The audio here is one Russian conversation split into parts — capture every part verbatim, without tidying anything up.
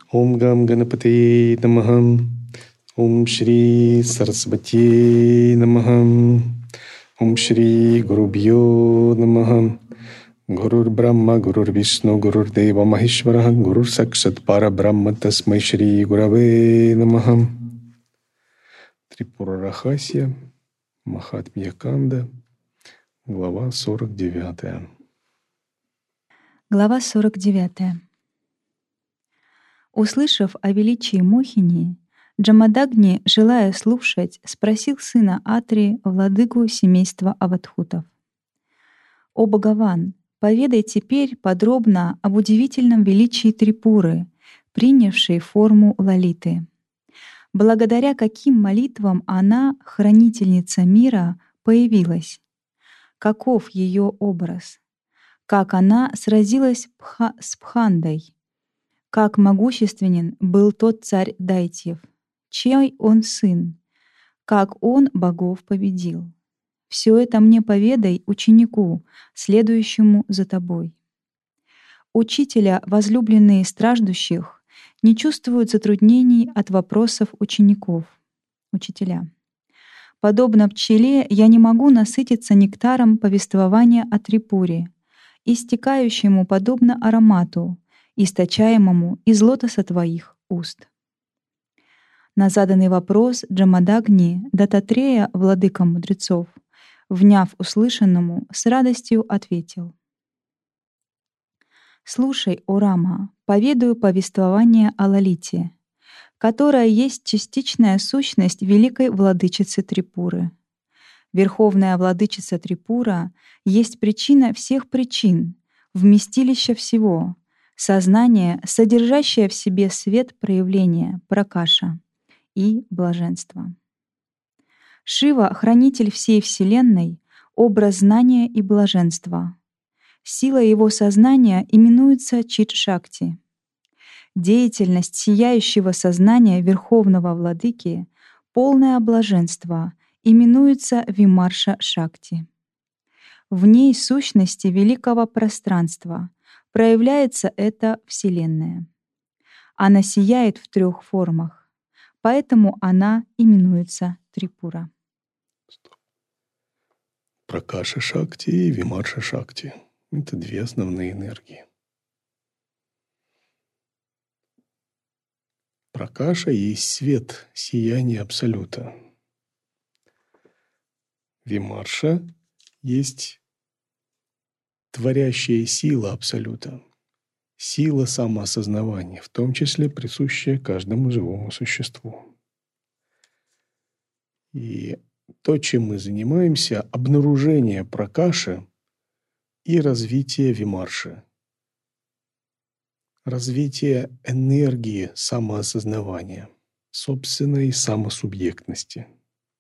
Ом Гам Ганапати Намахам. Ом Шри Сарасвати Намахам. Ом Шри Гурубьё Намахам. Гурур Брахма, Гурур Вишну, Гурур Дева Махешвара, Гурур Сакшат Пара Брахма, Тасмай Шри Гураве Намахам. Трипура Рахасия, Махатмья Канда, глава сорок девятая. Глава сорок девятая. Услышав о величии Мохини, Джамадагни, желая слушать, спросил сына Атри, владыку семейства Аватхутов: «О Бхагаван, поведай теперь подробно об удивительном величии Трипуры, принявшей форму Лалиты. Благодаря каким молитвам она, хранительница мира, появилась? Каков ее образ? Как она сразилась пха с Пхандой? Как могущественен был тот царь Дайтьев? Чей он сын? Как он богов победил? Все это мне поведай, ученику, следующему за тобой». Учителя, возлюбленные страждущих, не чувствуют затруднений от вопросов учеников. Учителя. Подобно пчеле, я не могу насытиться нектаром повествования о Трипуре, истекающему подобно аромату, источаемому из лотоса твоих уст. На заданный вопрос Джамадагни Дататрея, владыка мудрецов, вняв услышанному, с радостью ответил: «Слушай, о Рама, поведаю повествование о Лалите, которая есть частичная сущность великой владычицы Трипуры. Верховная владычица Трипура есть причина всех причин, вместилище всего, сознание, содержащее в себе свет проявления, пракаша и блаженство. Шива — хранитель всей Вселенной, образ знания и блаженства. Сила его сознания именуется Чит-Шакти. Деятельность сияющего сознания Верховного Владыки, полное блаженство, именуется Вимарша-Шакти. В ней сущности великого пространства проявляется эта Вселенная. Она сияет в трех формах, поэтому она именуется Трипура. Пракаша Шакти и Вимарша Шакти — это две основные энергии. Пракаша есть свет, сияние Абсолюта. Вимарша есть творящая сила Абсолюта, сила самоосознавания, в том числе присущая каждому живому существу. И то, чем мы занимаемся, обнаружение пракаши и развитие вимарши, развитие энергии самоосознавания, собственной самосубъектности.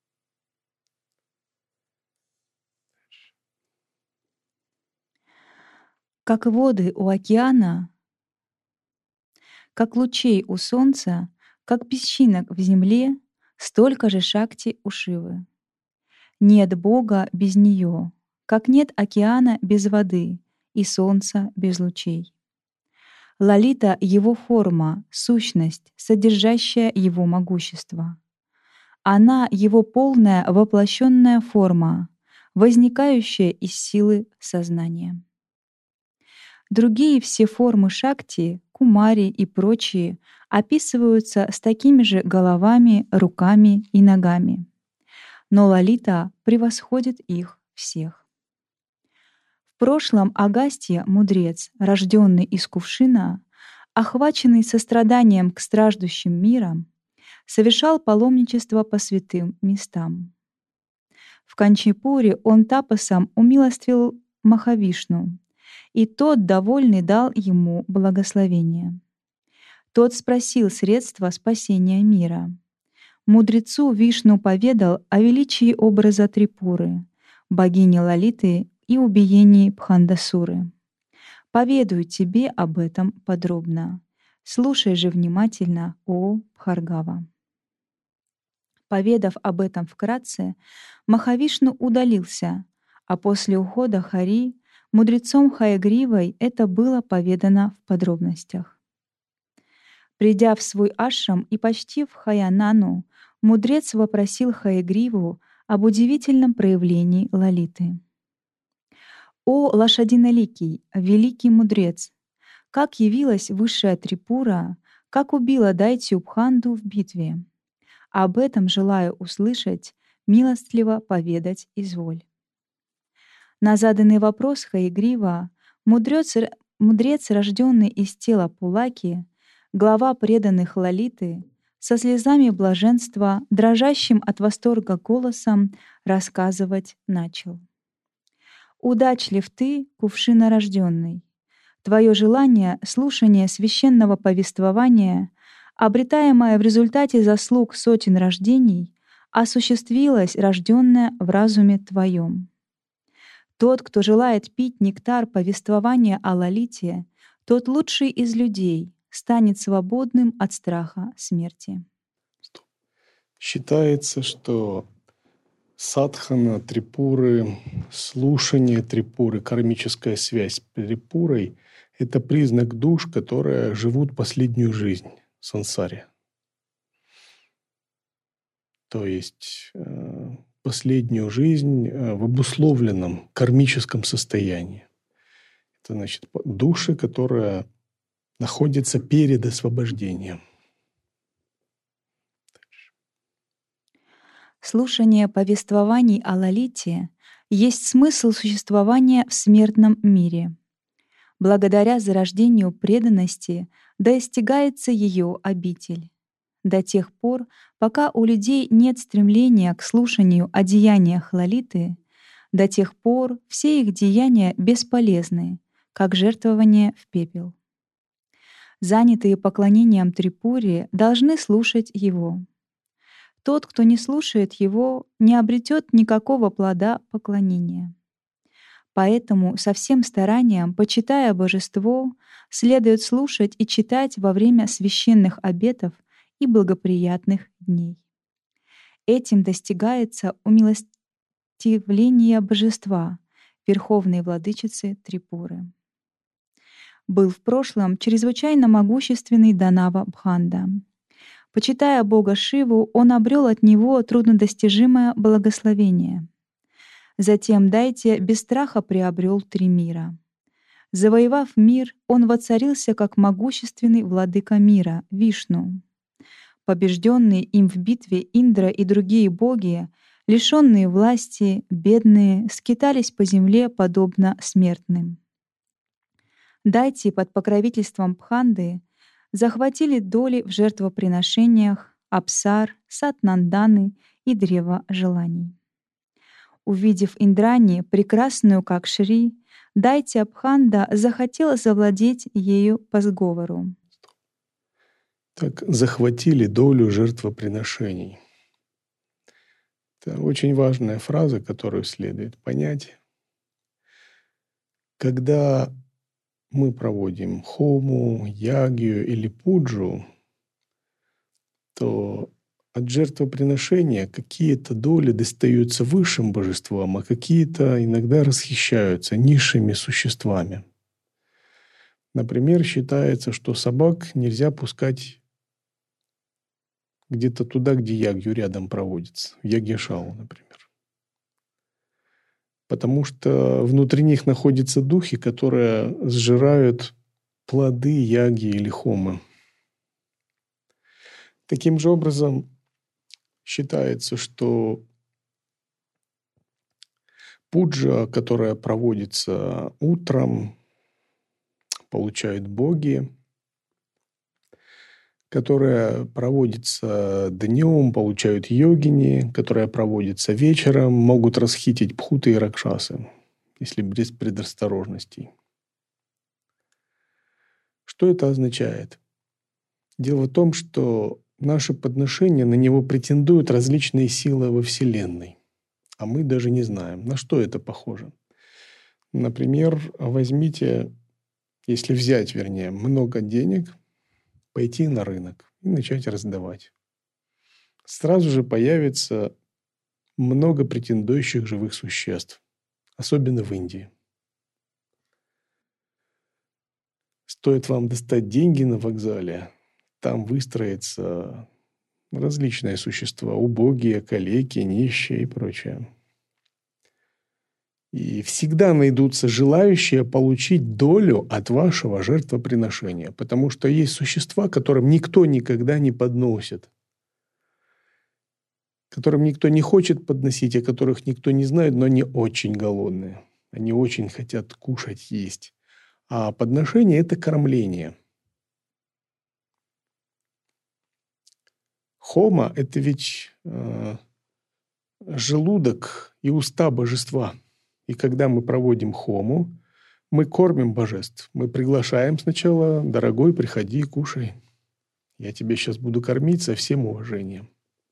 Как воды у океана, как лучей у солнца, как песчинок в земле, столько же шакти у Шивы. Нет Бога без нее, как нет океана без воды и солнца без лучей. Лалита — его форма, сущность, содержащая его могущество. Она — его полная воплощенная форма, возникающая из силы сознания. Другие все формы шакти, кумари и прочие описываются с такими же головами, руками и ногами. Но Лалита превосходит их всех. В прошлом Агастья, мудрец, рожденный из кувшина, охваченный состраданием к страждущим мирам, совершал паломничество по святым местам. В Канчипуре он тапасом умилостивил Махавишну, и тот, довольный, дал ему благословение. Тот спросил средства спасения мира. Мудрецу Вишну поведал о величии образа Трипуры, богини Лалиты и убиении Пхандасуры. «Поведаю тебе об этом подробно. Слушай же внимательно, о Бхаргава». Поведав об этом вкратце, Махавишну удалился, а после ухода Хари мудрецом Хаягривой это было поведано в подробностях. Придя в свой ашрам и почтив Хаянану, мудрец вопросил Хаягриву об удивительном проявлении Лалиты. «О лошадиноликий, великий мудрец! Как явилась высшая Трипура, как убила Дайтью Бханду в битве? Об этом желаю услышать, милостливо поведать изволь». На заданный вопрос Хаягрива мудрец, мудрец, рожденный из тела Пулаки, глава преданных Лалиты, со слезами блаженства, дрожащим от восторга голосом, рассказывать начал. «Удачлив ты, кувшинорожденный! Твое желание слушания священного повествования, обретаемое в результате заслуг сотен рождений, осуществилось, рожденное в разуме твоем. Тот, кто желает пить нектар повествования о Лалите, тот лучший из людей, станет свободным от страха смерти». Считается, что садхана Трипуры, слушание Трипуры, кармическая связь с Трипурой – это признак душ, которые живут последнюю жизнь в сансаре. То есть э, последнюю жизнь э, в обусловленном кармическом состоянии. Это значит души, которые находятся перед освобождением. Слушание повествований о Лалите есть смысл существования в смертном мире. Благодаря зарождению преданности достигается ее обитель. До тех пор, пока у людей нет стремления к слушанию о деяниях Лалиты, до тех пор все их деяния бесполезны, как жертвование в пепел. Занятые поклонением Трипуре должны слушать его. Тот, кто не слушает его, не обретет никакого плода поклонения. Поэтому со всем старанием, почитая божество, следует слушать и читать во время священных обетов и благоприятных дней. Этим достигается умилостивление божества, верховной владычицы Трипуры. Был в прошлом чрезвычайно могущественный Данава Бханда. Почитая Бога Шиву, он обрел от него труднодостижимое благословение. Затем Дайте без страха приобрел три мира. Завоевав мир, он воцарился как могущественный владыка мира, Вишну. Побежденные им в битве Индра и другие боги, лишенные власти, бедные, скитались по земле подобно смертным. Дайти под покровительством Бханды захватили доли в жертвоприношениях Апсар, сад Нанданы и древо желаний. Увидев Индрани, прекрасную как Шри, Дайте Бханда захотела завладеть ею по сговору. Так захватили долю жертвоприношений. Это очень важная фраза, которую следует понять. Когда мы проводим хому, ягью или пуджу, то от жертвоприношения какие-то доли достаются высшим божествам, а какие-то иногда расхищаются низшими существами. Например, считается, что собак нельзя пускать где-то туда, где ягью рядом проводится, в ягьяшалу, например. Потому что внутри них находятся духи, которые сжирают плоды яги или хомы. Таким же образом, считается, что пуджа, которая проводится утром, получают боги, которая проводится днем, получают йогини, которая проводится вечером, могут расхитить пхуты и ракшасы, если без предосторожностей. Что это означает? Дело в том, что наши подношения, на него претендуют различные силы во Вселенной, а мы даже не знаем, на что это похоже. Например, возьмите, если взять, вернее, много денег, пойти на рынок и начать раздавать. Сразу же появится много претендующих живых существ, особенно в Индии. Стоит вам достать деньги на вокзале, там выстроятся различные существа, убогие, калеки, нищие и прочее. И всегда найдутся желающие получить долю от вашего жертвоприношения, потому что есть существа, которым никто никогда не подносит, которым никто не хочет подносить, о которых никто не знает, но они очень голодные, они очень хотят кушать, есть. А подношение – это кормление. Хома – это ведь э, желудок и уста божества. И когда мы проводим хому, мы кормим божеств. Мы приглашаем сначала: дорогой, приходи, кушай. Я тебя сейчас буду кормить со всем уважением.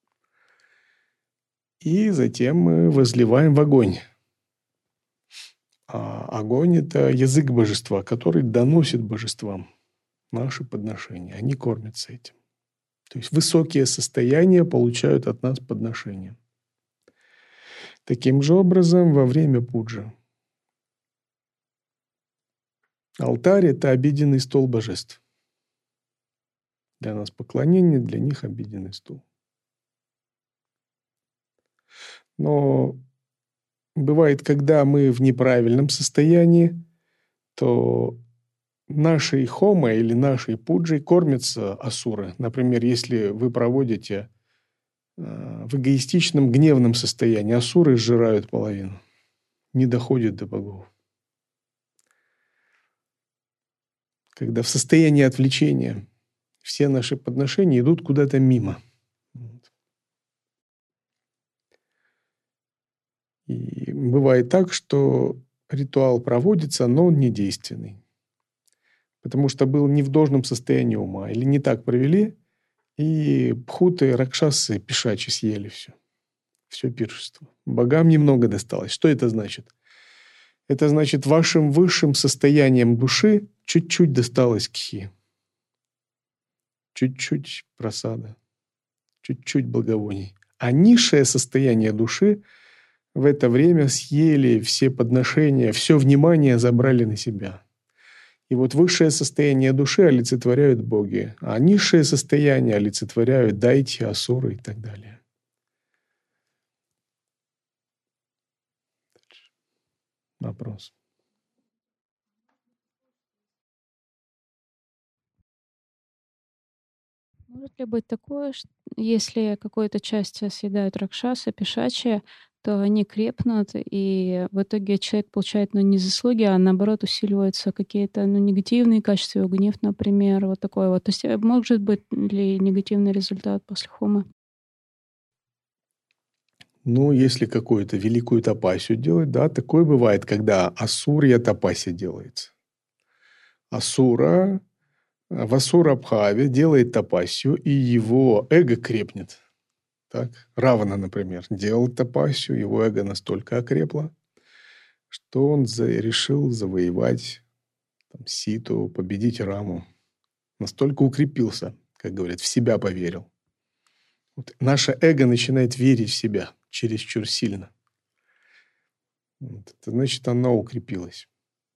И затем мы возливаем в огонь. А огонь – это язык божества, который доносит божествам наши подношения. Они кормятся этим. То есть высокие состояния получают от нас подношения. Таким же образом, во время пуджи алтарь – это обеденный стол божеств. Для нас поклонение, для них обеденный стол. Но бывает, когда мы в неправильном состоянии, то нашей хомой или нашей пуджей кормятся асуры. Например, если вы проводите в эгоистичном, гневном состоянии, асуры сжирают половину, не доходят до богов. Когда в состоянии отвлечения все наши подношения идут куда-то мимо. И бывает так, что ритуал проводится, но он не действенный. Потому что был не в должном состоянии ума. Или не так провели, и пхуты, ракшасы, пешачи съели все. Все пиршество. Богам немного досталось. Что это значит? Это значит, вашим высшим состоянием души чуть-чуть досталось кхи. Чуть-чуть просада. Чуть-чуть благовоний. А низшее состояние души в это время съели все подношения, все внимание забрали на себя. И вот высшее состояние души олицетворяют боги, а низшее состояние олицетворяют дайти, асуры и так далее. Вопрос. Может ли быть такое, что если какую-то часть съедают ракшасы, пешачьи, то они крепнут, и в итоге человек получает, ну, не заслуги, а наоборот усиливаются какие-то, ну, негативные качества, его гнев, например, вот такое вот. То есть может быть ли негативный результат после хомы? Ну, если какую-то великую тапасию делать, да, такое бывает, когда асурья тапасия делается. Асура в асура-бхаве делает тапасию, и его эго крепнет. Так? Равана, например, делал тапасию, его эго настолько окрепло, что он за, решил завоевать там, Ситу, победить Раму. Настолько укрепился, как говорят, в себя поверил. Вот наше эго начинает верить в себя чересчур сильно. Вот. Это значит, оно укрепилось.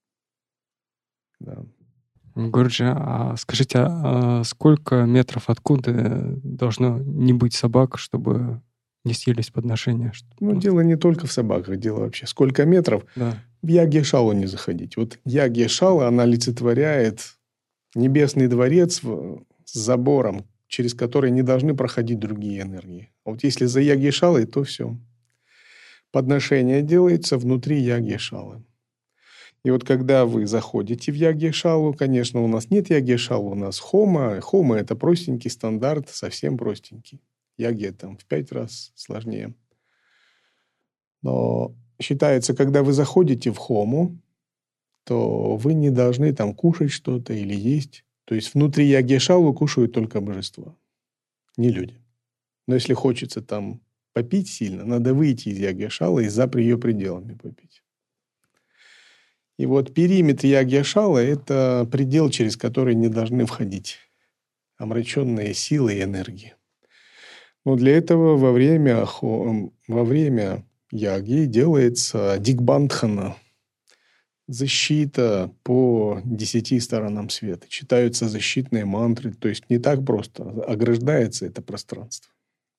Да. Гуруджи, а скажите, а сколько метров от кунды должно не быть собак, чтобы не съелись подношения? Ну, дело не только в собаках, дело вообще. Сколько метров? Да. В Ягья-шалу не заходить. Вот Ягья-шала, она олицетворяет небесный дворец с забором, через который не должны проходить другие энергии. А вот если за Ягья-шалой, то все. Подношение делается внутри Ягья-шалы. И вот когда вы заходите в Ягья-шалу, конечно, у нас нет Ягья-шалы, у нас хома. Хома – это простенький стандарт, совсем простенький. Ягья там в пять раз сложнее. Но считается, когда вы заходите в хому, то вы не должны там кушать что-то или есть. То есть внутри Ягья-шалу кушают только божества, не люди. Но если хочется там попить сильно, надо выйти из Ягья-шалы и за ее пределами попить. И вот периметр Ягья-шалы – это предел, через который не должны входить омраченные силы и энергии. Но для этого во время, во время ягьи делается дигбандхана. защита по десяти сторонам света. Читаются защитные мантры. То есть не так просто ограждается это пространство.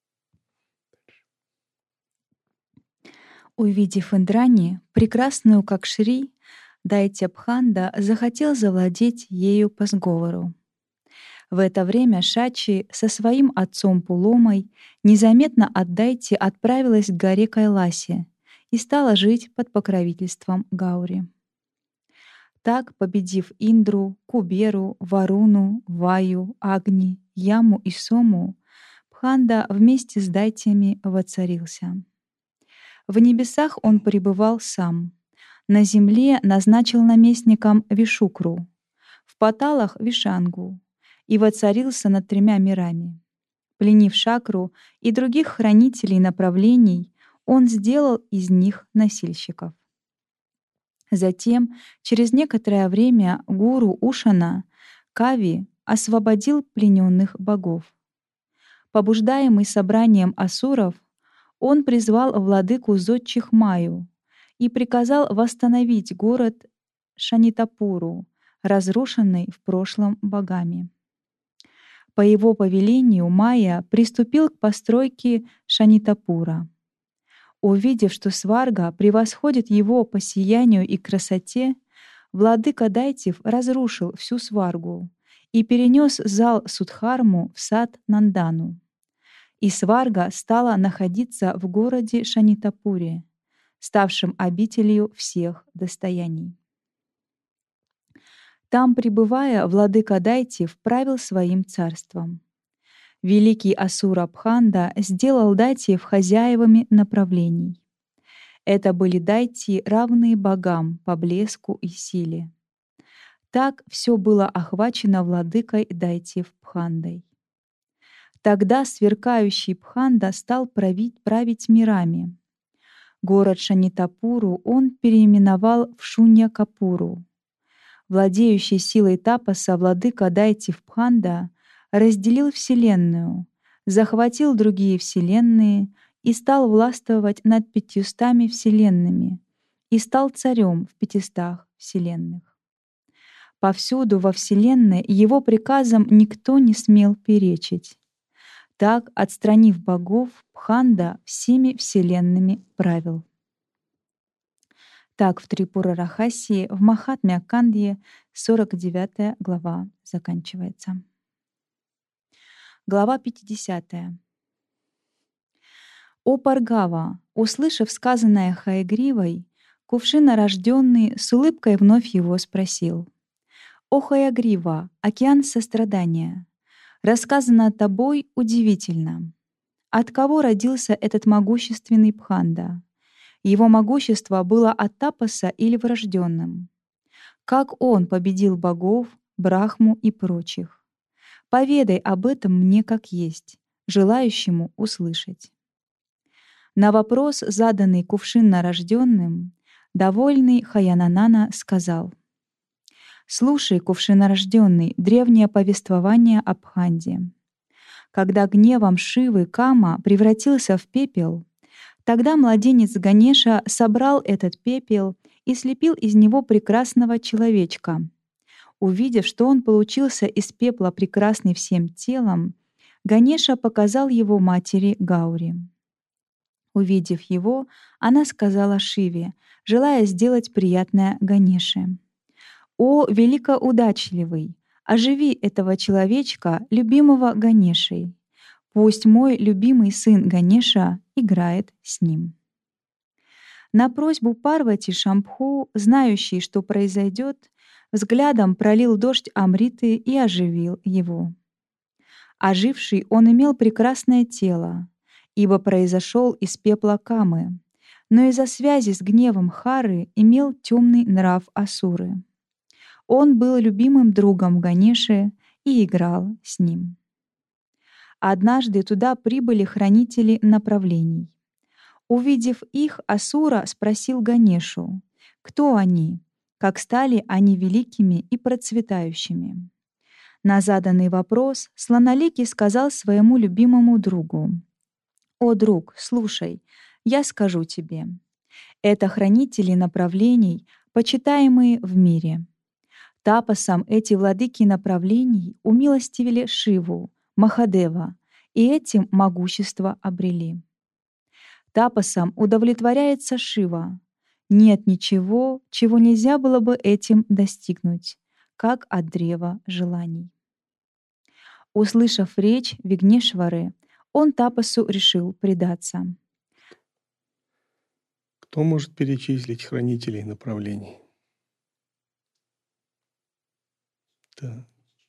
Увидев Индрани, прекрасную как Шри, Дайтябханда захотел завладеть ею по сговору. В это время Шачи со своим отцом Пуломой незаметно от Дайти отправилась к горе Кайласи и стала жить под покровительством Гаури. Так, победив Индру, Куберу, Варуну, Ваю, Агни, Яму и Сому, Пханда вместе с Дайтями воцарился. В небесах он пребывал сам, на земле назначил наместником Вишукру, в Паталах — Вишангу, и воцарился над тремя мирами. Пленив Шакру и других хранителей направлений, он сделал из них носильщиков. Затем, через некоторое время, гуру Ушана, Кави, освободил плененных богов. Побуждаемый собранием асуров, он призвал владыку зодчих Маю и приказал восстановить город Шанитапуру, разрушенный в прошлом богами. По его повелению Майя приступил к постройке Шанитапура. Увидев, что Сварга превосходит его по сиянию и красоте, владыка Дайтев разрушил всю Сваргу и перенес зал Судхарму в сад Нандану. И Сварга стала находиться в городе Шанитапуре, ставшем обителью всех достояний. Там, пребывая, владыка Дайтев правил своим царством. Великий Асура Пханда сделал Дайтиев хозяевами направлений. Это были дайти, равные богам по блеску и силе. Так все было охвачено владыкой Дайтиев Пхандой. Тогда сверкающий Пханда стал править, править мирами. Город Шанитапуру он переименовал в Шунья-Капуру. Владеющий силой тапаса владыка Дайтив Пханда разделил Вселенную, захватил другие Вселенные и стал властвовать над пятьюстами Вселенными и стал царем в пятистах Вселенных. Повсюду во Вселенной его приказам никто не смел перечить. Так, отстранив богов, Пханда всеми вселенными правил. Так в Трипура-Рахасии в Махатмья-Кандье сорок девятая глава заканчивается. Глава пятидесятая. «О Паргава, услышав сказанное Хаягривой, кувшинорожденный с улыбкой вновь его спросил: «О Хаягрива, океан сострадания, рассказано тобой удивительно. От кого родился этот могущественный Пханда? Его могущество было от тапаса или врожденным? Как он победил богов, Брахму и прочих? Поведай об этом мне как есть, желающему услышать». На вопрос, заданный кувшиннорожденным, довольный Хаянанана сказал: «Слушай, кувшинорожденный, древнее повествование о Пханде. Когда гневом Шивы Кама превратился в пепел, тогда младенец Ганеша собрал этот пепел и слепил из него прекрасного человечка. Увидев, что он получился из пепла прекрасный всем телом, Ганеша показал его матери Гаури. Увидев его, она сказала Шиве, желая сделать приятное Ганеше: «О, великоудачливый, оживи этого человечка, любимого Ганешей. Пусть мой любимый сын Ганеша играет с ним». На просьбу Парвати Шамбху, знающий, что произойдет, взглядом пролил дождь Амриты и оживил его. Оживший он имел прекрасное тело, ибо произошел из пепла Камы, но из-за связи с гневом Хары имел темный нрав Асуры. Он был любимым другом Ганеши и играл с ним. Однажды туда прибыли хранители направлений. Увидев их, Асура спросил Ганешу, кто они, как стали они великими и процветающими. На заданный вопрос Слоноликий сказал своему любимому другу: «О, друг, слушай, я скажу тебе. Это хранители направлений, почитаемые в мире. Тапасам эти владыки направлений умилостивили Шиву, Махадева, и этим могущество обрели. Тапасам удовлетворяется Шива. Нет ничего, чего нельзя было бы этим достигнуть, как от древа желаний. Услышав речь Вигнешвары, он Тапасу решил предаться. Кто может перечислить хранителей направлений? Да.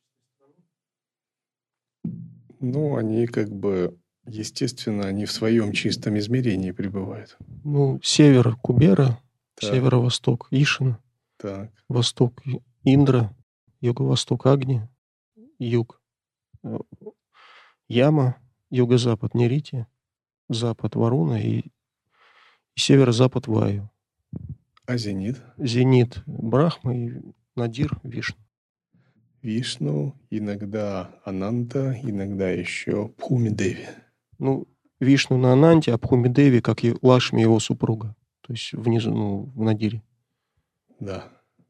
Ну, они как бы, естественно, они в своем чистом измерении пребывают. Ну, север Кубера, Так. северо-восток Ишина, Так. восток Индра, юго-восток Агни, юг э, Яма, юго-запад Нерити, запад Варуна и, и северо-запад Ваю. А зенит? Зенит Брахма и Надир Вишну. Вишну, иногда Ананта, иногда еще Бхуми-деви. Ну, Вишну на Ананте, а Бхуми-деви, как и Лашми, его супруга. То есть внизу, ну, в Надире. Да.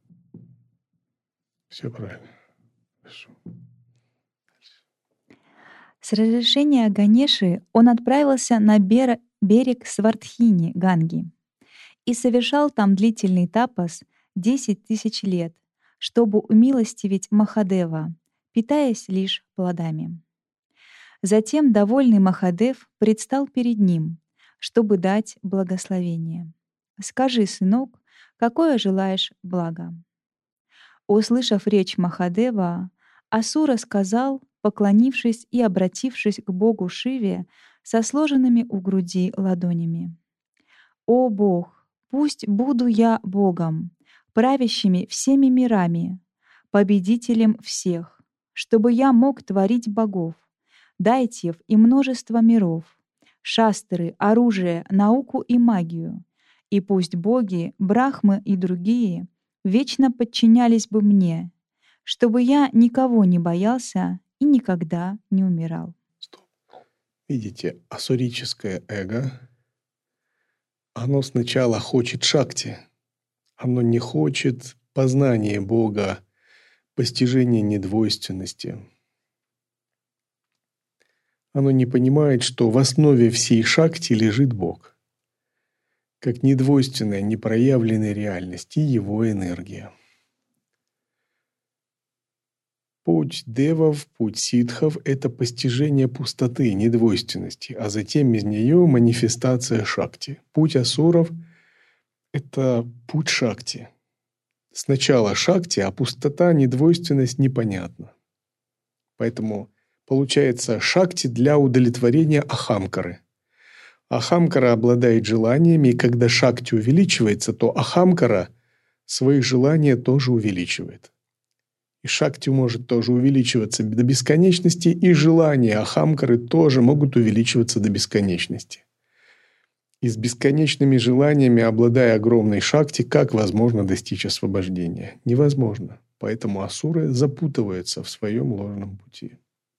Все правильно. Хорошо. С разрешения Ганеши он отправился на бер- берег Свардхини, Ганги, и совершал там длительный тапас десять тысяч лет, чтобы умилостивить Махадева, питаясь лишь плодами. Затем довольный Махадев предстал перед ним, чтобы дать благословение. «Скажи, сынок, какое желаешь благо?» Услышав речь Махадева, Асура сказал, поклонившись и обратившись к богу Шиве со сложенными у груди ладонями: «О Бог, пусть буду я Богом, правящими всеми мирами, победителем всех, чтобы я мог творить богов, дайтев и множество миров, шастры, оружие, науку и магию, и пусть боги, брахмы и другие вечно подчинялись бы мне, чтобы я никого не боялся и никогда не умирал». Стоп. Видите, ассурическое эго, оно сначала хочет шакти, оно не хочет познания Бога, постижения недвойственности. Оно не понимает, что в основе всей шакти лежит Бог, как недвойственная, непроявленная реальность и его энергия. Путь девов, путь ситхов – это постижение пустоты, недвойственности, а затем из нее манифестация шакти. Путь асуров – это путь шакти. Сначала шакти, а пустота, недвойственность непонятна. Поэтому получается шакти для удовлетворения ахамкары. Ахамкара обладает желаниями, и когда шакти увеличивается, то ахамкара свои желания тоже увеличивает. И шакти может тоже увеличиваться до бесконечности, и желания ахамкары тоже могут увеличиваться до бесконечности. И с бесконечными желаниями, обладая огромной шакти, как возможно достичь освобождения? Невозможно. Поэтому асуры запутываются в своем ложном пути.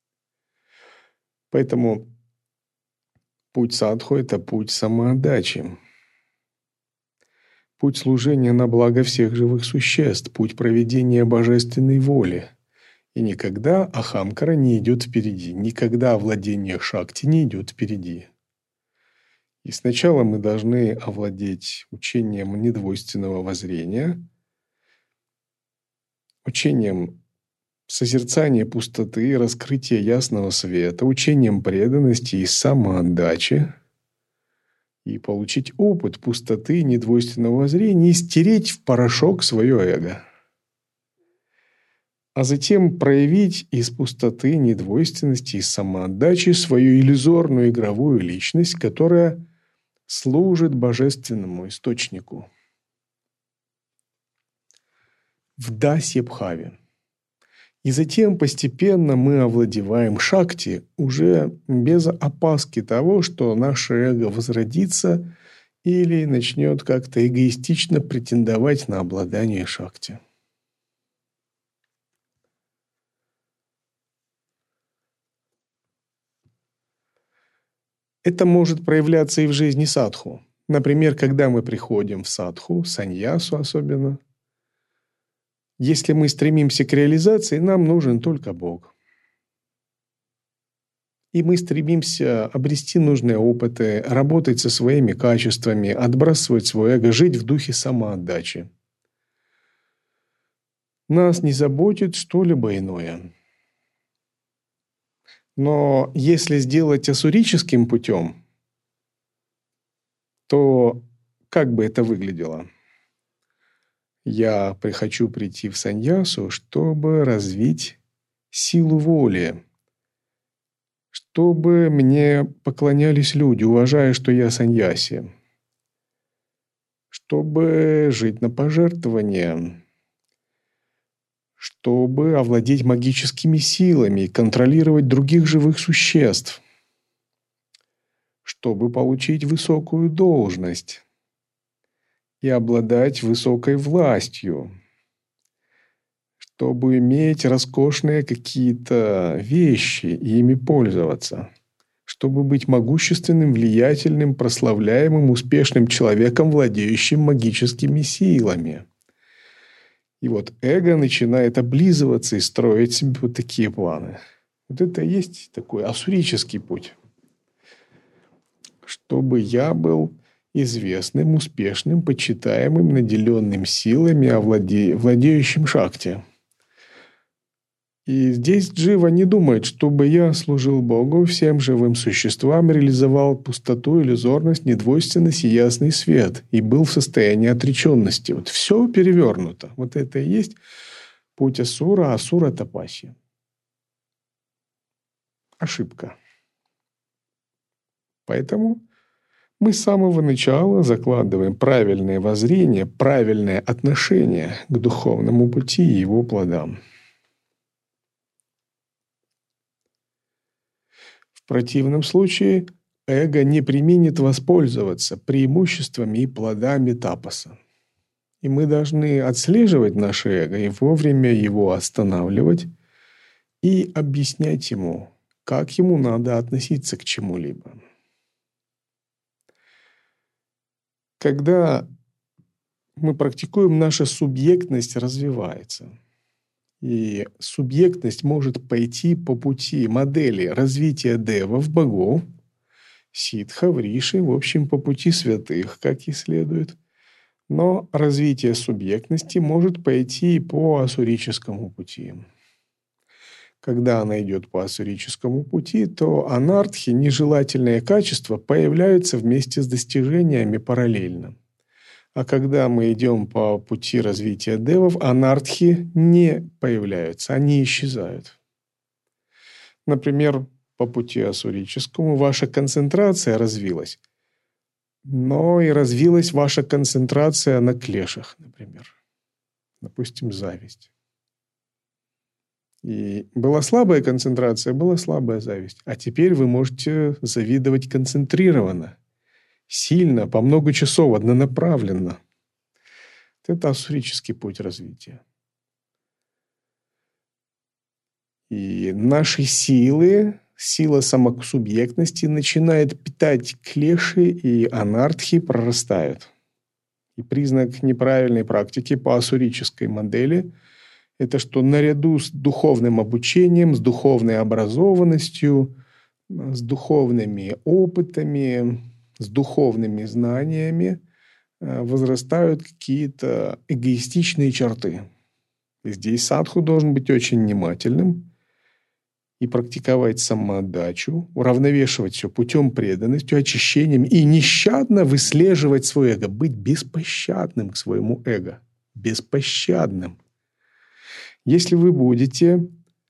Поэтому путь садху – это путь самоотдачи. Путь служения на благо всех живых существ, путь проведения божественной воли. И никогда ахамкара не идет впереди, никогда овладение шакти не идет впереди. И сначала мы должны овладеть учением недвойственного воззрения, учением созерцания пустоты, раскрытия ясного света, учением преданности и самоотдачи, и получить опыт пустоты, недвойственного зрения и стереть в порошок свое эго. А затем проявить из пустоты, недвойственности и самоотдачи свою иллюзорную игровую личность, которая служит божественному источнику. В дасья-бхаве. И затем постепенно мы овладеваем шакти уже без опаски того, что наше эго возродится или начнет как-то эгоистично претендовать на обладание шакти. Это может проявляться и в жизни садху. Например, когда мы приходим в садху, саньясу особенно, если мы стремимся к реализации, нам нужен только Бог. И мы стремимся обрести нужные опыты, работать со своими качествами, отбрасывать свое эго, жить в духе самоотдачи. Нас не заботит что-либо иное. Но если сделать ассурическим путем, то как бы это выглядело? Я хочу прийти в саньясу, чтобы развить силу воли, чтобы мне поклонялись люди, уважая, что я саньяси, чтобы жить на пожертвования, чтобы овладеть магическими силами и контролировать других живых существ, чтобы получить высокую должность и обладать высокой властью, чтобы иметь роскошные какие-то вещи и ими пользоваться, чтобы быть могущественным, влиятельным, прославляемым, успешным человеком, владеющим магическими силами. И вот эго начинает облизываться и строить себе вот такие планы. Вот это и есть такой ассурический путь. Чтобы я был известным, успешным, почитаемым, наделенным силами, овладе... владеющим шакти. И здесь Джива не думает, чтобы я служил Богу, всем живым существам, реализовал пустоту, иллюзорность, недвойственность и ясный свет, и был в состоянии отреченности. Вот все перевернуто. Вот это и есть путь асура, асура тапаси. Ошибка. Поэтому мы с самого начала закладываем правильное воззрение, правильное отношение к духовному пути и его плодам. В противном случае эго не преминет воспользоваться преимуществами и плодами тапаса. И мы должны отслеживать наше эго и вовремя его останавливать и объяснять ему, как ему надо относиться к чему-либо. Когда мы практикуем, наша субъектность развивается. И субъектность может пойти по пути модели развития девов, богов, ситха, вриши, в общем, по пути святых, как и следует. Но развитие субъектности может пойти и по ассурическому пути. Когда она идет по ассурическому пути, то анартхи, нежелательные качества, появляются вместе с достижениями параллельно. А когда мы идем по пути развития девов, анартхи не появляются, они исчезают. Например, по пути ассурическому ваша концентрация развилась, но и развилась ваша концентрация на клешах, например. Допустим, зависть. И была слабая концентрация, была слабая зависть. А теперь вы можете завидовать концентрированно, сильно, по много часов, однонаправленно. Это ассурический путь развития. И наши силы, сила самосубъектности начинает питать клеши, и анартхи прорастают. И признак неправильной практики по ассурической модели – это что наряду с духовным обучением, с духовной образованностью, с духовными опытами, с духовными знаниями возрастают какие-то эгоистичные черты. И здесь садху должен быть очень внимательным и практиковать самоотдачу, уравновешивать все путем преданности, очищением и нещадно выслеживать свое эго, быть беспощадным к своему эго, беспощадным. Если вы будете,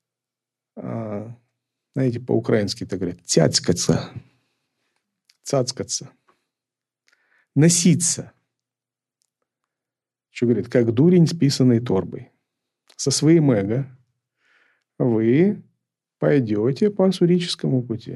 знаете, по-украински это говорят, цяцкаться, цацкаться, носиться, что говорит, как дурень с писаной торбой, со своим эго, вы пойдете по ассурическому пути.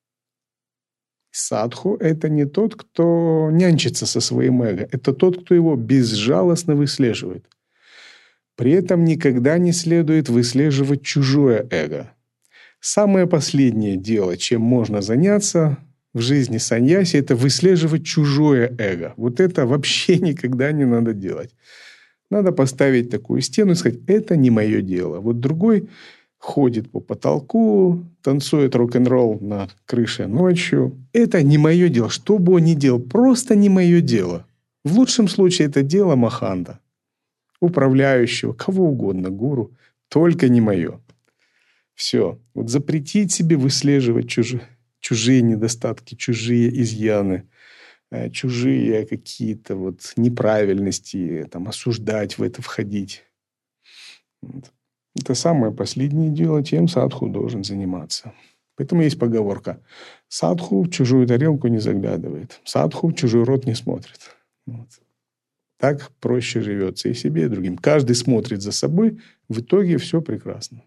Садху – это не тот, кто нянчится со своим эго, это тот, кто его безжалостно выслеживает. При этом никогда не следует выслеживать чужое эго. Самое последнее дело, чем можно заняться в жизни саньяси – это выслеживать чужое эго. Вот это вообще никогда не надо делать. Надо поставить такую стену и сказать, это не мое дело. Вот другой ходит по потолку, танцует рок-н-ролл на крыше ночью. Это не мое дело. Что бы он ни делал, просто не мое дело. В лучшем случае это дело маханта, управляющего, кого угодно, гуру, только не мое. Все. Вот запретить себе выслеживать чужие, чужие недостатки, чужие изъяны, чужие какие-то вот неправильности, там, осуждать в это, входить. Вот. Это самое последнее дело, чем садху должен заниматься. Поэтому есть поговорка: садху в чужую тарелку не заглядывает, садху в чужой рот не смотрит. Вот. Так проще живется и себе, и другим. Каждый смотрит за собой, в итоге все прекрасно.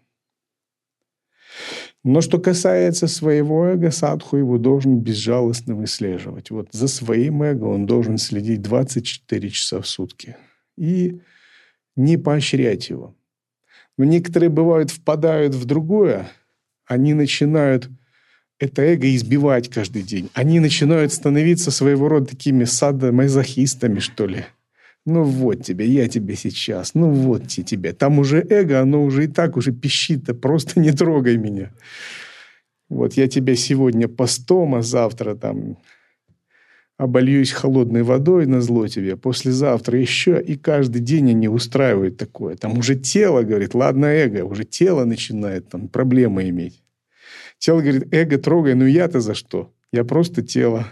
Но что касается своего эго, садху его должен безжалостно выслеживать. Вот за своим эго он должен следить двадцать четыре часа в сутки и не поощрять его. Но некоторые, бывают, впадают в другое, они начинают это эго избивать каждый день. Они начинают становиться своего рода такими садомазохистами, что ли. Ну вот тебе, я тебе сейчас, ну вот тебе. Там уже эго, оно уже и так уже пищит, да просто не трогай меня. Вот я тебя сегодня постом, а завтра там обольюсь холодной водой назло тебе, послезавтра еще, и каждый день они устраивают такое. Там уже тело говорит, ладно, эго, уже тело начинает там проблемы иметь. Тело говорит, эго трогай, ну я-то за что? Я просто тело.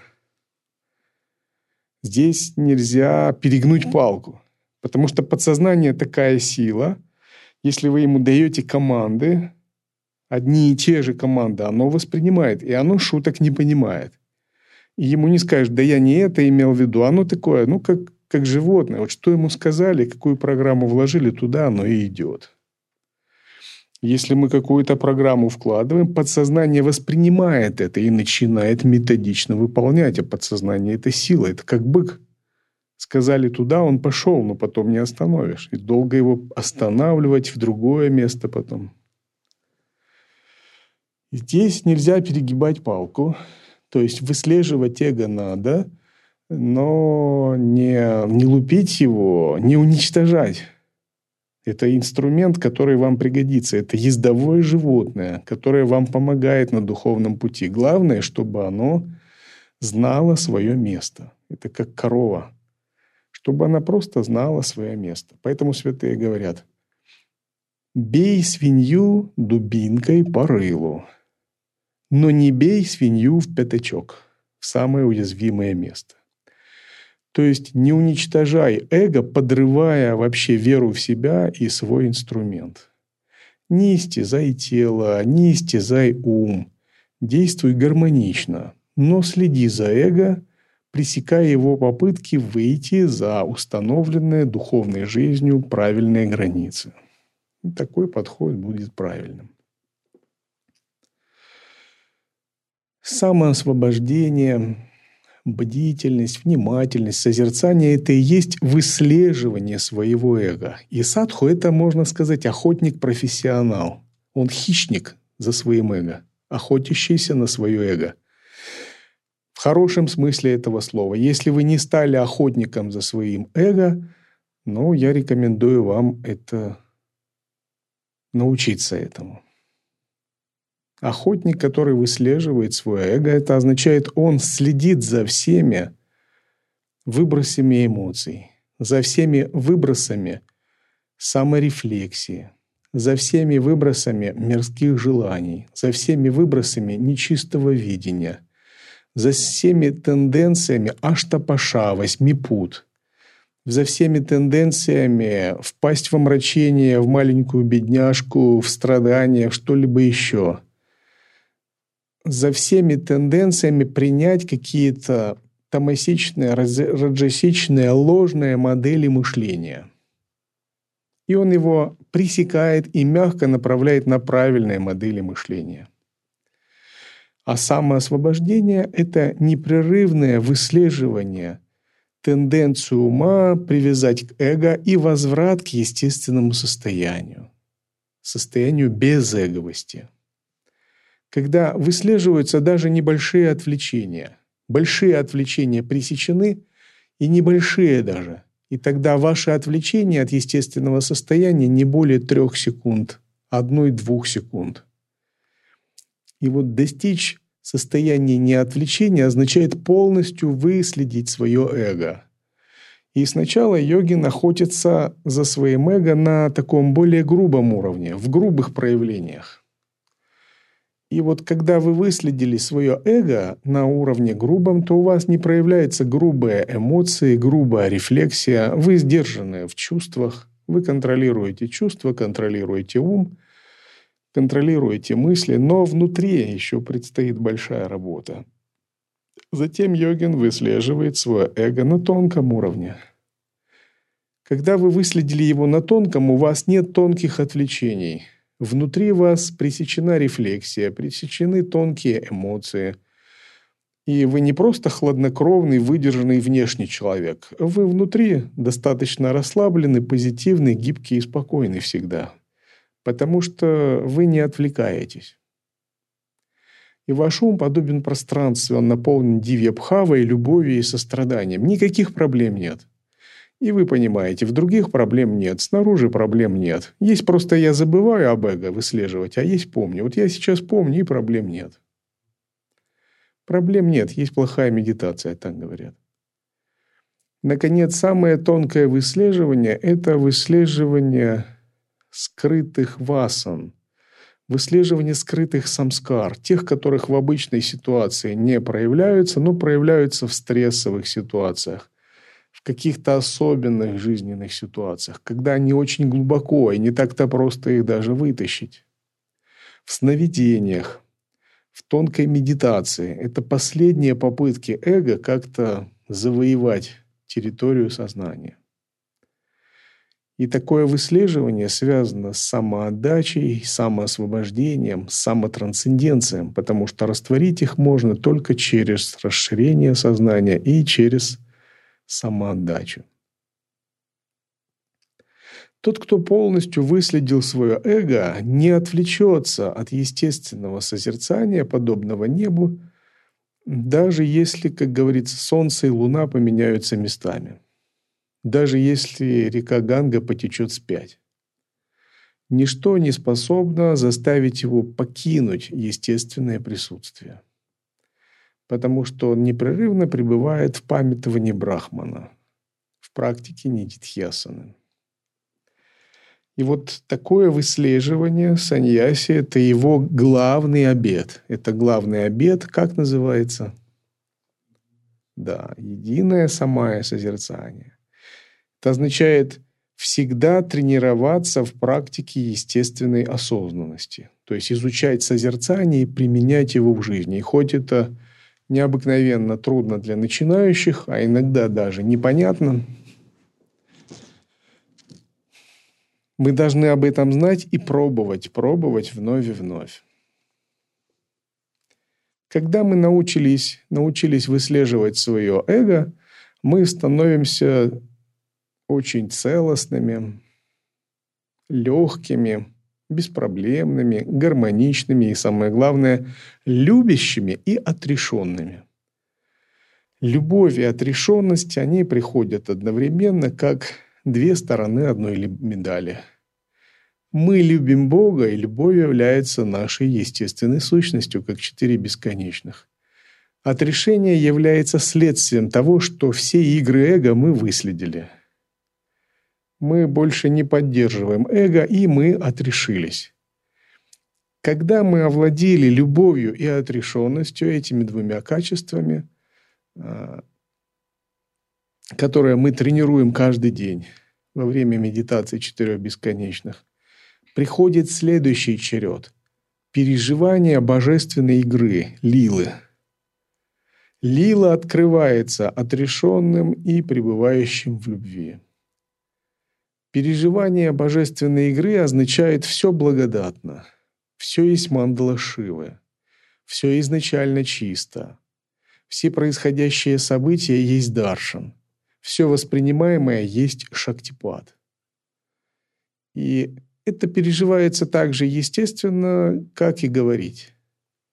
Здесь нельзя перегнуть палку, потому что подсознание такая сила. Если вы ему даете команды, одни и те же команды, оно воспринимает, и оно шуток не понимает. И ему не скажешь, да я не это имел в виду. Оно такое, ну как, как животное. Вот что ему сказали, какую программу вложили, туда оно и идет. Если мы какую-то программу вкладываем, подсознание воспринимает это и начинает методично выполнять. А подсознание – это сила, это как бык. Сказали туда, он пошел, но потом не остановишь. И долго его останавливать в другое место потом. Здесь нельзя перегибать палку. То есть выслеживать эго надо, но не, не лупить его, не уничтожать. Это инструмент, который вам пригодится. Это ездовое животное, которое вам помогает на духовном пути. Главное, чтобы оно знало свое место. Это как корова. Чтобы она просто знала свое место. Поэтому святые говорят, бей свинью дубинкой по рылу, но не бей свинью в пятачок, в самое уязвимое место. То есть не уничтожай эго, подрывая вообще веру в себя и свой инструмент. Не истязай тело, не истязай ум. Действуй гармонично, но следи за эго, пресекая его попытки выйти за установленные духовной жизнью правильные границы. И такой подход будет правильным. Самоосвобождение, бдительность, внимательность, созерцание – это и есть выслеживание своего эго. И садху – это, можно сказать, охотник-профессионал. Он хищник за своим эго, охотящийся на свое эго. В хорошем смысле этого слова. Если вы не стали охотником за своим эго, ну, я рекомендую вам это научиться этому. Охотник, который выслеживает свое эго, это означает, он следит за всеми выбросами эмоций, за всеми выбросами саморефлексии, за всеми выбросами мирских желаний, за всеми выбросами нечистого видения, за всеми тенденциями аштапаша, восьми пут, за всеми тенденциями впасть в омрачение, в маленькую бедняжку, в страдания, в что-либо еще. За всеми тенденциями принять какие-то тамасичные, раджасичные, ложные модели мышления. И он его пресекает и мягко направляет на правильные модели мышления. А самоосвобождение – это непрерывное выслеживание тенденции ума привязать к эго и возврат к естественному состоянию, состоянию безэговости. когда выслеживаются даже небольшие отвлечения. Большие отвлечения пресечены, и небольшие даже. И тогда ваше отвлечение от естественного состояния не более трех секунд, одной-двух секунд. И вот достичь состояния неотвлечения означает полностью выследить свое эго. И сначала йогин охотится за своим эго на таком более грубом уровне, в грубых проявлениях. И вот когда вы выследили свое эго на уровне грубом, то у вас не проявляются грубые эмоции, грубая рефлексия. Вы сдержаны в чувствах, вы контролируете чувства, контролируете ум, контролируете мысли, но внутри еще предстоит большая работа. Затем йогин выслеживает свое эго на тонком уровне. Когда вы выследили его на тонком, у вас нет тонких отвлечений. Внутри вас пресечена рефлексия, пресечены тонкие эмоции. И вы не просто хладнокровный, выдержанный внешний человек. Вы внутри достаточно расслабленный, позитивный, гибкий и спокойный всегда. Потому что вы не отвлекаетесь. И ваш ум подобен пространству, он наполнен дивья-бхавой, любовью и состраданием. Никаких проблем нет. И вы понимаете, в других проблем нет, снаружи проблем нет. Есть просто я забываю об эго выслеживать, а есть помню. Вот я сейчас помню, и проблем нет. Проблем нет, есть плохая медитация, так говорят. Наконец, самое тонкое выслеживание – это выслеживание скрытых васан, выслеживание скрытых самскар, тех, которых в обычной ситуации не проявляются, но проявляются в стрессовых ситуациях, в каких-то особенных жизненных ситуациях, когда они очень глубоко, и не так-то просто их даже вытащить. В сновидениях, в тонкой медитации. Это последние попытки эго как-то завоевать территорию сознания. И такое выслеживание связано с самоотдачей, самоосвобождением, самотрансценденцией, потому что растворить их можно только через расширение сознания и через самоотдачу. Тот, кто полностью выследил свое эго, не отвлечется от естественного созерцания, подобного небу, даже если, как говорится, солнце и луна поменяются местами. Даже если река Ганга потечет вспять. Ничто не способно заставить его покинуть естественное присутствие. Потому что он непрерывно пребывает в памятовании Брахмана, в практике нидидхьясаны. И вот такое выслеживание саньяси – это его главный обет. Это главный обет, как называется? Да, единое самое созерцание. Это означает всегда тренироваться в практике естественной осознанности. То есть изучать созерцание и применять его в жизни. И хоть это необыкновенно трудно для начинающих, а иногда даже непонятно, мы должны об этом знать и пробовать, пробовать вновь и вновь. Когда мы научились, научились выслеживать свое эго, мы становимся очень целостными, легкими, беспроблемными, гармоничными и, самое главное, любящими и отрешенными. Любовь и отрешенность, они приходят одновременно, как две стороны одной медали. Мы любим Бога, и любовь является нашей естественной сущностью, как четыре бесконечных. Отрешение является следствием того, что все игры эго мы выследили. Мы больше не поддерживаем эго, и мы отрешились. Когда мы овладели любовью и отрешенностью, этими двумя качествами, которые мы тренируем каждый день во время медитации четырех бесконечных, приходит следующий черед – переживание божественной игры, лилы. Лила открывается отрешенным и пребывающим в любви. Переживание божественной игры означает «все благодатно», «все есть мандала Шивы», «все изначально чисто», «все происходящие события есть даршан», «все воспринимаемое есть шактипад». И это переживается так же естественно, как и говорить.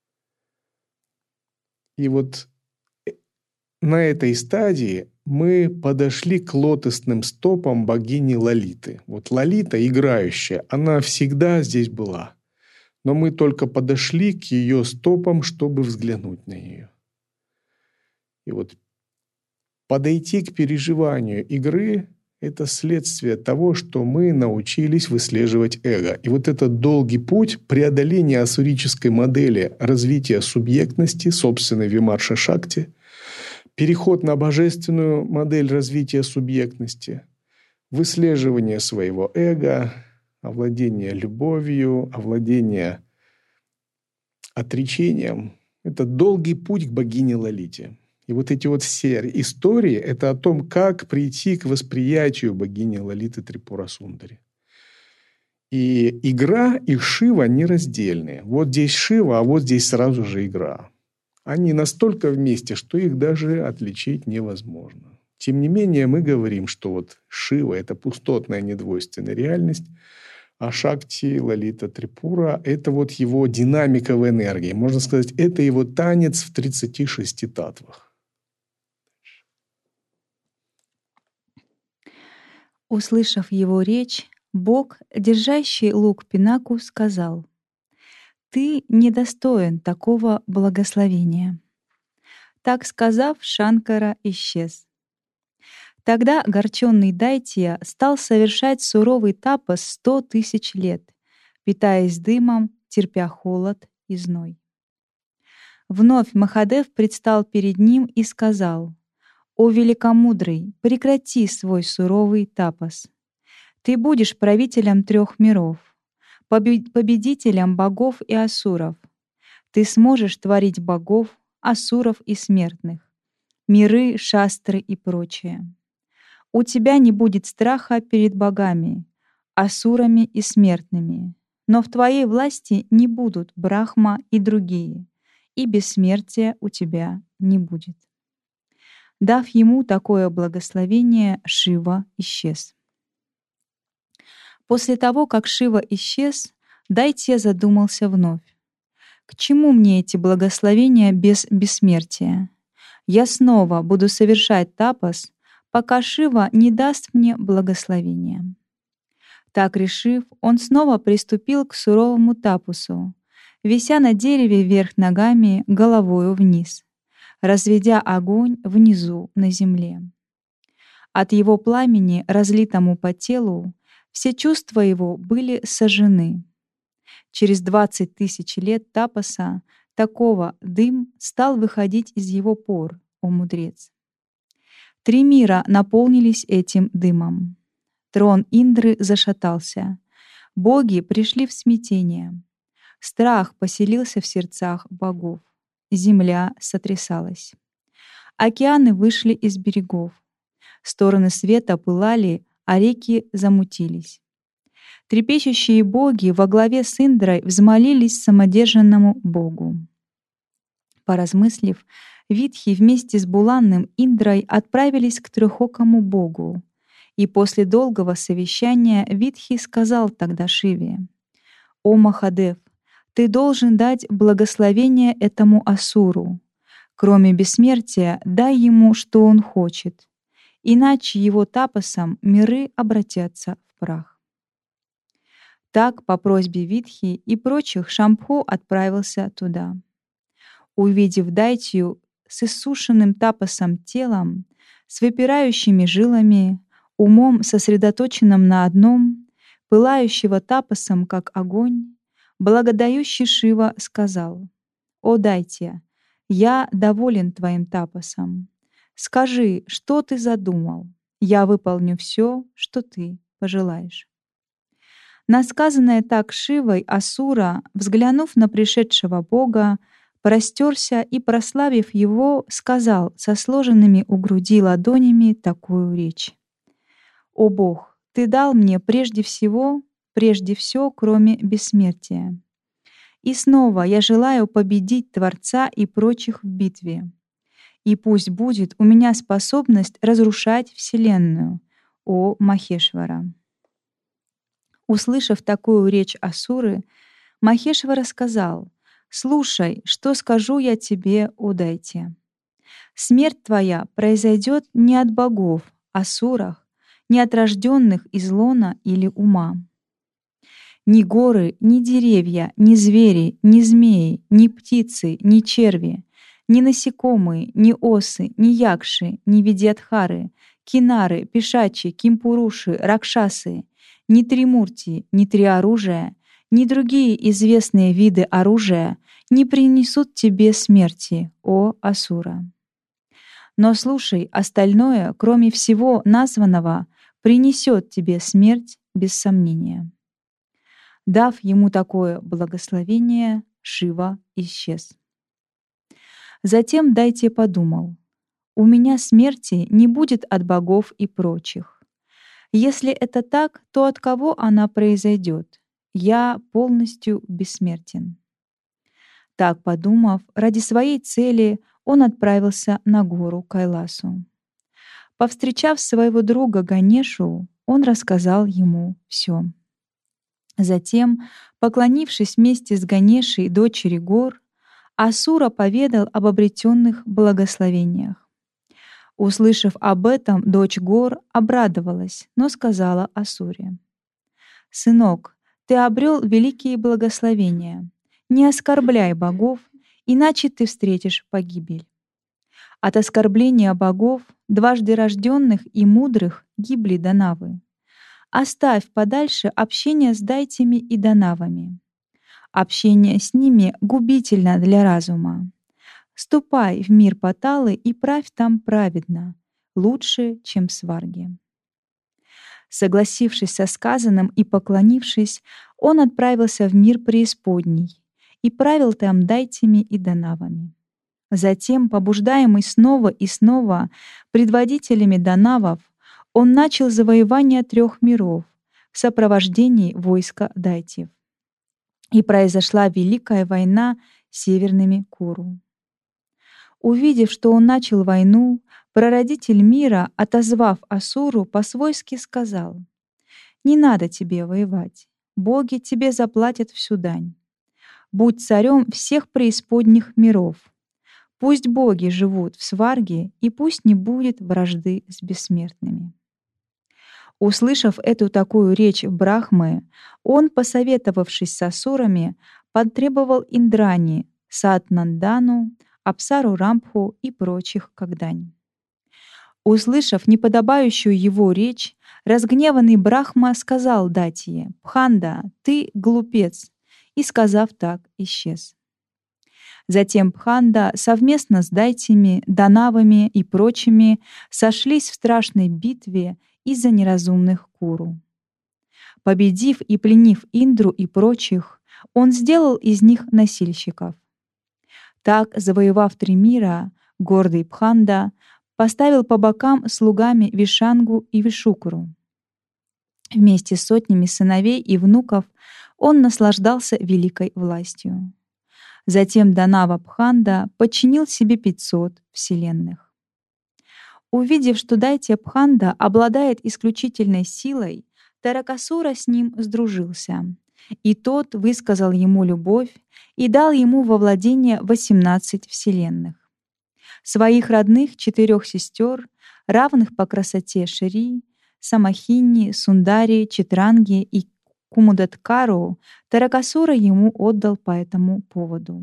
И вот на этой стадии мы подошли к лотосным стопам богини Лалиты. Вот Лалита, играющая, она всегда здесь была. Но мы только подошли к ее стопам, чтобы взглянуть на нее. И вот подойти к переживанию игры – это следствие того, что мы научились выслеживать эго. И вот этот долгий путь преодоления ассурической модели развития субъектности, собственной вимарша шакти, переход на божественную модель развития субъектности, выслеживание своего эго, овладение любовью, овладение отречением – это долгий путь к богине Лалите. И вот эти вот все истории – это о том, как прийти к восприятию богини Лалиты Трипура Сундари. И игра и Шива нераздельны. Вот здесь Шива, а вот здесь сразу же игра. Они настолько вместе, что их даже отличить невозможно. Тем не менее, мы говорим, что вот Шива – это пустотная недвойственная реальность, а Шакти, Лалита, Трипура – это вот его динамика в энергии. Можно сказать, это его танец в тридцати шести татвах. Услышав его речь, Бог, держащий лук Пинаку, сказал: «Ты недостоин такого благословения». Так сказав, Шанкара исчез. Тогда огорченный Дайтья стал совершать суровый тапас сто тысяч лет, питаясь дымом, терпя холод и зной. Вновь Махадев предстал перед ним и сказал: «О великомудрый, прекрати свой суровый тапас. Ты будешь правителем трех миров, победителем богов и асуров. Ты сможешь творить богов, асуров и смертных, миры, шастры и прочее. У тебя не будет страха перед богами, асурами и смертными, но в твоей власти не будут Брахма и другие, и бессмертия у тебя не будет». Дав ему такое благословение, Шива исчез. После того, как Шива исчез, Дайтья задумался вновь: «К чему мне эти благословения без бессмертия? Я снова буду совершать тапас, пока Шива не даст мне благословения». Так решив, он снова приступил к суровому тапусу, вися на дереве вверх ногами, головою вниз, разведя огонь внизу на земле. От его пламени, разлитому по телу, все чувства его были сожжены. Через двадцать тысяч лет тапаса такого дым стал выходить из его пор, о мудрец. Три мира наполнились этим дымом. Трон Индры зашатался. Боги пришли в смятение. Страх поселился в сердцах богов. Земля сотрясалась. Океаны вышли из берегов. Стороны света пылали, а реки замутились. Трепещущие боги во главе с Индрой взмолились самодержанному богу. Поразмыслив, Витхи вместе с буланным Индрой отправились к трехокому богу. И после долгого совещания Витхи сказал тогда Шиве: «О Махадев, ты должен дать благословение этому асуру. Кроме бессмертия, дай ему, что он хочет, иначе его тапасом миры обратятся в прах». Так, по просьбе Витхи и прочих, Шамбху отправился туда. Увидев Дайтью с иссушенным тапасом телом, с выпирающими жилами, умом, сосредоточенным на одном, пылающего тапасом, как огонь, благодающий Шива сказал: «О Дайтья, я доволен твоим тапасом. Скажи, что ты задумал? Я выполню все, что ты пожелаешь». На сказанное так Шивой асура, взглянув на пришедшего бога, простерся и, прославив его, сказал со сложенными у груди ладонями такую речь: «О Бог, ты дал мне прежде всего, прежде все, кроме бессмертия. И снова я желаю победить Творца и прочих в битве. И пусть будет у меня способность разрушать Вселенную, о Махешвара». Услышав такую речь асуры, Махешвара сказал: «Слушай, что скажу я тебе, о Дайте. Смерть твоя произойдет не от богов, асурах, не от рожденных из лона или ума. Ни горы, ни деревья, ни звери, ни змеи, ни птицы, ни черви, ни насекомые, ни осы, ни якши, ни видьядхары, кинары, пешачи, кимпуруши, ракшасы, ни тримурти, ни три оружия, ни другие известные виды оружия не принесут тебе смерти, о Асура. Но слушай, остальное, кроме всего названного, принесет тебе смерть без сомнения». Дав ему такое благословение, Шива исчез. Затем Дайте подумал: «У меня смерти не будет от богов и прочих. Если это так, то от кого она произойдет? Я полностью бессмертен». Так подумав, ради своей цели он отправился на гору Кайласу. Повстречав своего друга Ганешу, он рассказал ему все. Затем, поклонившись вместе с Ганешей дочери гор, Асура поведал об обретенных благословениях. Услышав об этом, дочь гор обрадовалась, но сказала Асуре: «Сынок, ты обрел великие благословения. Не оскорбляй богов, иначе ты встретишь погибель. От оскорбления богов, дважды рожденных и мудрых, гибли данавы. Оставь подальше общение с дайтями и данавами. Общение с ними губительно для разума. Ступай в мир Паталы и правь там праведно, лучше, чем в Сварге». Согласившись со сказанным и поклонившись, он отправился в мир преисподней и правил там дайтями и данавами. Затем, побуждаемый снова и снова предводителями данавов, он начал завоевание трех миров в сопровождении войска дайтев. И произошла великая война с северными Куру. Увидев, что он начал войну, прародитель мира, отозвав Асуру, по-свойски сказал: «Не надо тебе воевать, боги тебе заплатят всю дань. Будь царем всех преисподних миров. Пусть боги живут в Сварге, и пусть не будет вражды с бессмертными». Услышав эту такую речь Брахмы, он, посоветовавшись с асурами, потребовал Индрани, Сатнандану, Апсару Рамбху и прочих как дань. Услышав неподобающую его речь, разгневанный Брахма сказал Датье: «Пханда, ты глупец», и, сказав так, исчез. Затем Пханда совместно с дайтями, данавами и прочими сошлись в страшной битве из-за неразумных Куру. Победив и пленив Индру и прочих, он сделал из них носильщиков. Так, завоевав три мира, гордый Пханда поставил по бокам слугами Вишангу и Вишукру. Вместе с сотнями сыновей и внуков он наслаждался великой властью. Затем Данава Пханда подчинил себе пятьсот вселенных. Увидев, что Дайтя Пханда обладает исключительной силой, Таракасура с ним сдружился, и тот высказал ему любовь и дал ему во владение восемнадцать вселенных. Своих родных четырех сестер, равных по красоте Шри, Самахини, Сундари, Читранги и Кумудаткару, Таракасура ему отдал по этому поводу.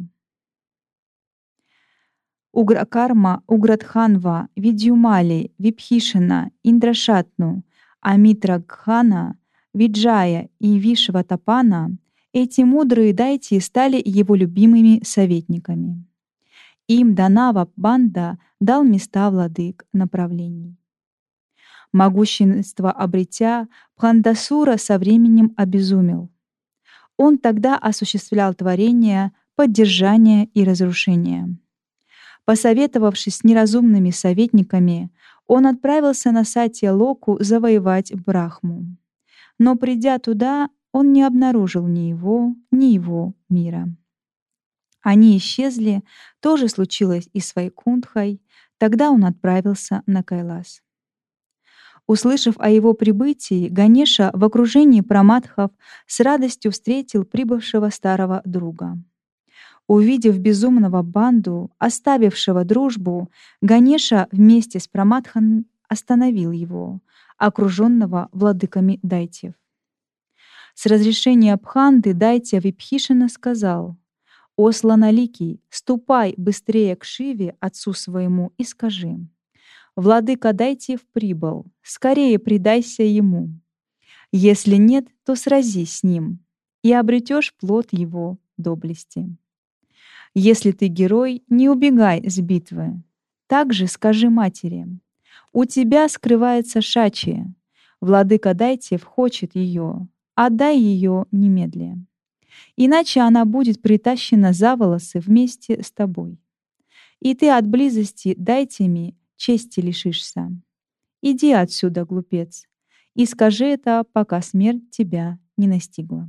Угракарма, Уградханва, Видьюмали, Випхишина, Индрашатну, Амитрагхана, Виджая и Вишватапана — эти мудрые дайти стали его любимыми советниками. Им Данава Банда дал места владык направлений. Могущество обретя, Пхандасура со временем обезумел. Он тогда осуществлял творение, поддержание и разрушение. Посоветовавшись с неразумными советниками, он отправился на Сатья-Локу завоевать Брахму. Но придя туда, он не обнаружил ни его, ни его мира. Они исчезли, то же случилось и с Вайкунтхой, тогда он отправился на Кайлас. Услышав о его прибытии, Ганеша в окружении праматхов с радостью встретил прибывшего старого друга. Увидев безумного банду, оставившего дружбу, Ганеша вместе с Праматхан остановил его, окруженного владыками дайтьев. С разрешения Бханды Дайтья Випхишана сказал: «О слоноликий, ступай быстрее к Шиве, отцу своему, и скажи: владыка Дайтьев прибыл, скорее предайся ему. Если нет, то сразись с ним, и обретешь плод его доблести. Если ты герой, не убегай с битвы. Также скажи матери: у тебя скрывается Шачи, владыка Дайтьев хочет ее, отдай ее немедля. Иначе она будет притащена за волосы вместе с тобой. И ты от близости Дайтьями чести лишишься. Иди отсюда, глупец, и скажи это, пока смерть тебя не настигла».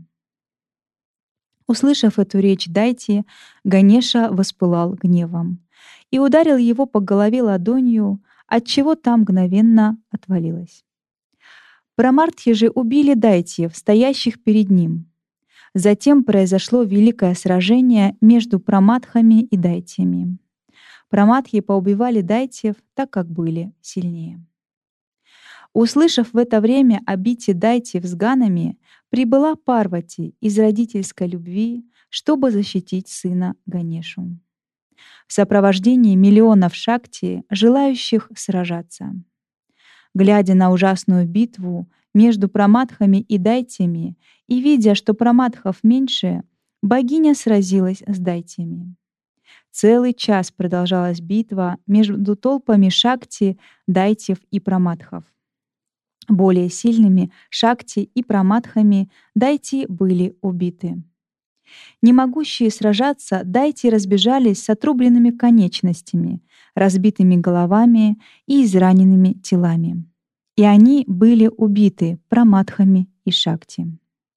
Услышав эту речь Дайти, Ганеша воспылал гневом и ударил его по голове ладонью, отчего та мгновенно отвалилась. Прамартхи же убили дайтьев, стоящих перед ним. Затем произошло великое сражение между праматхами и дайтьями. Праматхи поубивали дайтьев, так как были сильнее. Услышав в это время о битве дайтьев с ганами, прибыла Парвати из родительской любви, чтобы защитить сына Ганешу, в сопровождении миллионов шакти, желающих сражаться. Глядя на ужасную битву между праматхами и дайтьями и видя, что праматхов меньше, богиня сразилась с дайтьями. Целый час продолжалась битва между толпами шакти, дайтьев и праматхов. Более сильными шакти и праматхами дайти были убиты. Не могущие сражаться, дайти разбежались с отрубленными конечностями, разбитыми головами и израненными телами. И они были убиты праматхами и шакти.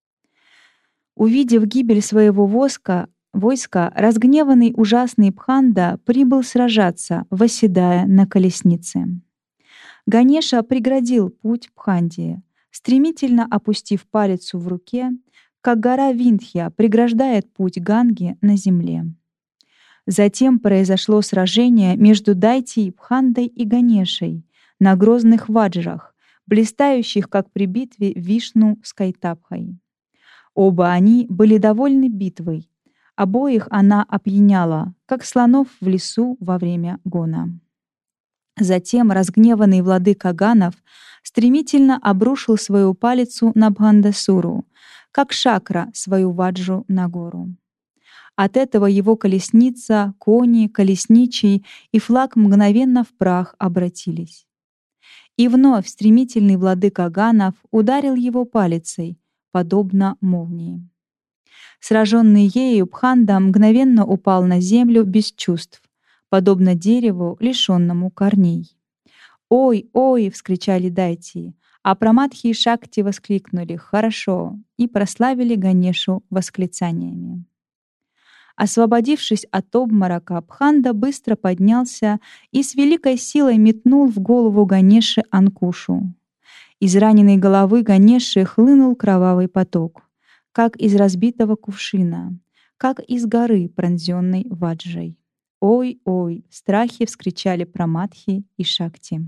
Увидев гибель своего воска, войска, разгневанный ужасный Бханда прибыл сражаться, восседая на колеснице. Ганеша преградил путь Бханде, стремительно опустив палицу в руке, как гора Виндхья преграждает путь Ганги на земле. Затем произошло сражение между Дайти, Бхандой и Ганешей на грозных ваджрах, блистающих, как при битве Вишну с Кайтабхой. Оба они были довольны битвой. Обоих она опьяняла, как слонов в лесу во время гона. Затем разгневанный владыка ганов стремительно обрушил свою палицу на Бхандасуру, как шакра свою ваджу на гору. От этого его колесница, кони, колесничий и флаг мгновенно в прах обратились. И вновь стремительный владыка ганов ударил его палицей, подобно молнии. Сраженный ею, Бханда мгновенно упал на землю без чувств, подобно дереву, лишенному корней. «Ой, ой!» — вскричали дайти, а праматхи и шакти воскликнули «Хорошо!» и прославили Ганешу восклицаниями. Освободившись от обморока, Бханда быстро поднялся и с великой силой метнул в голову Ганеши Анкушу. Из раненой головы Ганеши хлынул кровавый поток, как из разбитого кувшина, как из горы, пронзенной ваджрой. «Ой, ой!» — в страхе вскричали праматхи и шакти.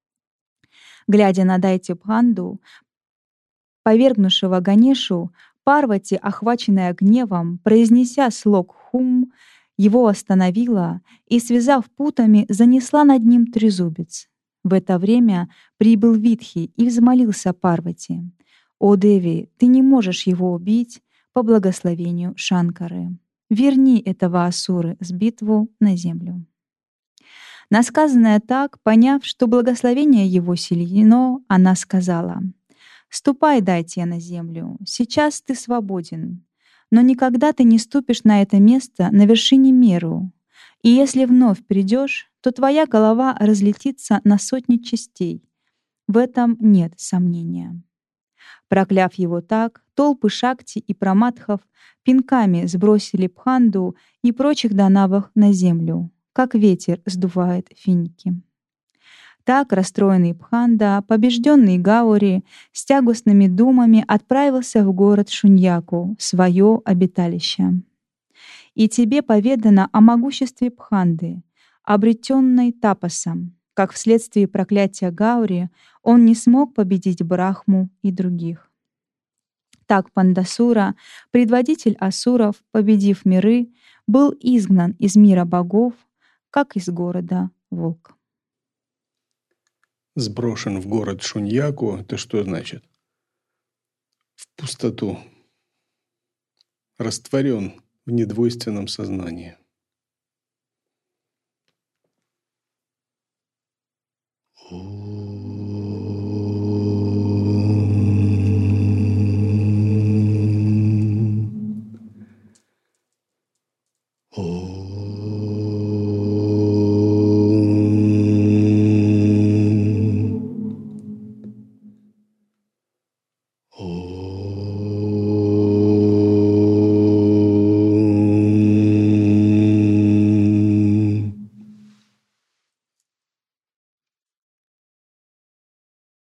Глядя на Дайти Бханду, повергнувшего Ганешу, Парвати, охваченная гневом, произнеся слог «Хум», его остановила и, связав путами, занесла над ним трезубец. В это время прибыл Витхи и взмолился Парвати: «О Деви, ты не можешь его убить по благословению Шанкары. Верни этого асуры с битву на землю». На сказанное так, поняв, что благословение его сильно, она сказала: «Ступай, Дайтья, на землю, сейчас ты свободен, но никогда ты не ступишь на это место на вершине Меру, и если вновь придешь, то твоя голова разлетится на сотни частей. В этом нет сомнения». Прокляв его так, толпы шакти и праматхов пинками сбросили Бханду и прочих данавах на землю, как ветер сдувает финики. Так расстроенный Бханда, побежденный Гаури, с тягостными думами отправился в город Шуньяку, свое обиталище. И тебе поведано о могуществе Пханды, обретенной Тапасом, как вследствие проклятия Гаури он не смог победить Брахму и других. Так Пандасура, предводитель асуров, победив миры, был изгнан из мира богов, как из города Волк. Сброшен в город Шуньяку — это что значит? В пустоту. Растворен в недвойственном сознании. Oh.